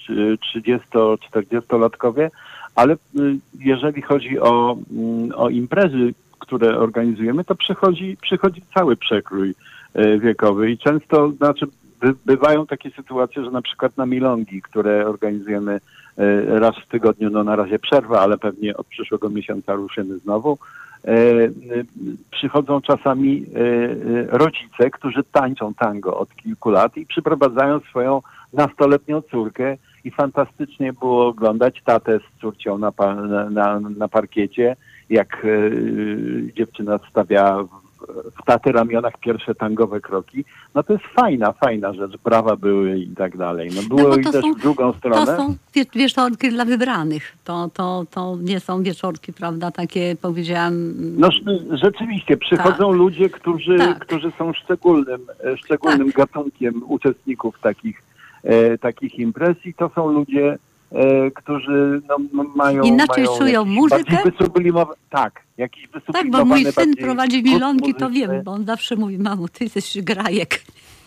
trzydziesto-czterdziestolatkowie, ale y, jeżeli chodzi o, y, o imprezy, które organizujemy, to przychodzi, przychodzi cały przekrój y, wiekowy i często, znaczy by, bywają takie sytuacje, że na przykład na milongi, które organizujemy raz w tygodniu, no na razie przerwa, ale pewnie od przyszłego miesiąca ruszymy znowu. E, e, przychodzą czasami e, e, rodzice, którzy tańczą tango od kilku lat i przyprowadzają swoją nastoletnią córkę i fantastycznie było oglądać tatę z córcią na, pa, na, na, na parkiecie, jak e, dziewczyna stawia w, w taty ramionach pierwsze tangowe kroki. No to jest fajna, fajna rzecz. Brawa były i tak dalej. No było No i też są, w drugą stronę. To są wie, wieczorki dla wybranych. To, to, to nie są wieczorki, prawda, takie powiedziałam... No rzeczywiście, przychodzą tak. ludzie, którzy, tak. którzy są szczególnym, szczególnym tak. gatunkiem uczestników takich, e, takich imprez i to są ludzie, e, którzy no, mają... Inaczej mają czują muzykę? Wysublimowa- tak, jakiś Tak, wysublimowany... bo mój syn bardziej prowadzi gust milonki, to muzyczny. wiem, bo on zawsze mówi, mamo, ty jesteś grajek.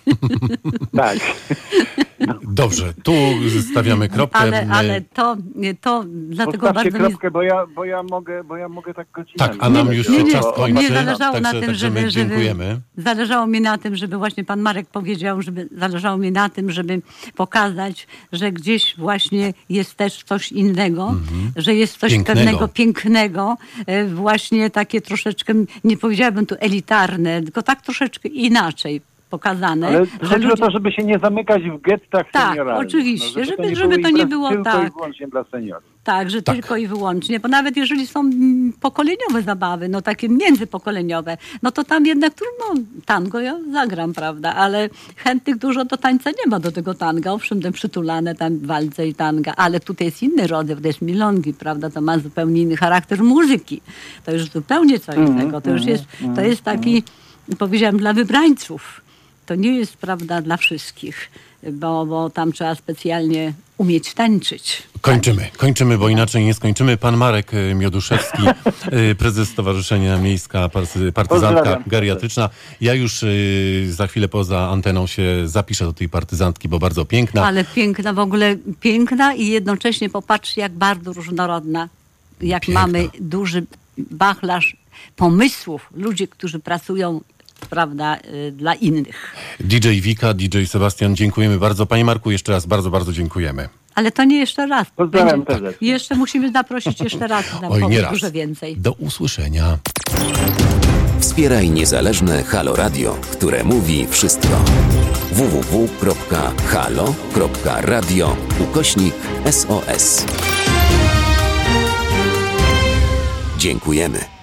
Tak. Dobrze, tu stawiamy kropkę. Ale, ale to, to dlatego Postawcie bardzo mi... kropkę, bo ja, bo ja mogę, bo ja mogę tak godzinami. Tak, a nam już Nie, się nie, czas kończy, nie zależało na także, tym, także my żeby, żeby, dziękujemy. zależało mi na tym, żeby właśnie pan Marek powiedział, żeby zależało mi na tym, żeby pokazać, że gdzieś właśnie jest też coś innego, mm-hmm. że jest coś Pięknego. pewnego pięknego, e, właśnie takie troszeczkę, nie powiedziałabym tu elitarne, tylko tak troszeczkę inaczej pokazane. Ale że chodzi ludzie... o to, żeby się nie zamykać w gettach Tak, senioralnych. oczywiście, No, żeby- to nie żeby były to nie imprezy było tylko tak. i wyłącznie dla seniorów. Tak, że Tak. tylko i wyłącznie, bo nawet jeżeli są mm, pokoleniowe zabawy, no takie międzypokoleniowe, no to tam jednak trudno, tango ja zagram, prawda, ale chętnych dużo do tańca nie ma do tego tanga, owszem, te przytulane tam walce i tanga, ale tutaj jest inny rodzaj, to jest milongi, prawda, to ma zupełnie inny charakter muzyki, to już zupełnie co innego, to już jest, to jest taki, powiedziałam, dla wybrańców. To nie jest, prawda, dla wszystkich, bo, bo tam trzeba specjalnie umieć tańczyć. Kończymy, kończymy, bo inaczej nie skończymy. Pan Marek e, Mioduszewski, e, prezes Stowarzyszenia Miejska Party- Partyzantka Pozdrawiam. Geriatryczna. Ja już e, za chwilę poza anteną się zapiszę do tej partyzantki, bo bardzo piękna. Ale piękna, w ogóle piękna i jednocześnie popatrzcie, jak bardzo różnorodna, jak Piękna. mamy duży wachlarz pomysłów, ludzi, którzy pracują, prawda, y, dla innych. D J Wika, D J Sebastian, dziękujemy bardzo. Panie Marku, jeszcze raz bardzo, bardzo dziękujemy. Ale to nie jeszcze raz. Pozdrawiam Będzie- serdecznie. Jeszcze musimy zaprosić jeszcze raz, nam Oj, nie powie raz. dużo więcej. Do usłyszenia. Wspieraj niezależne Halo Radio, które mówi wszystko. w w w kropka halo kropka radio ukośnik S O S. Dziękujemy.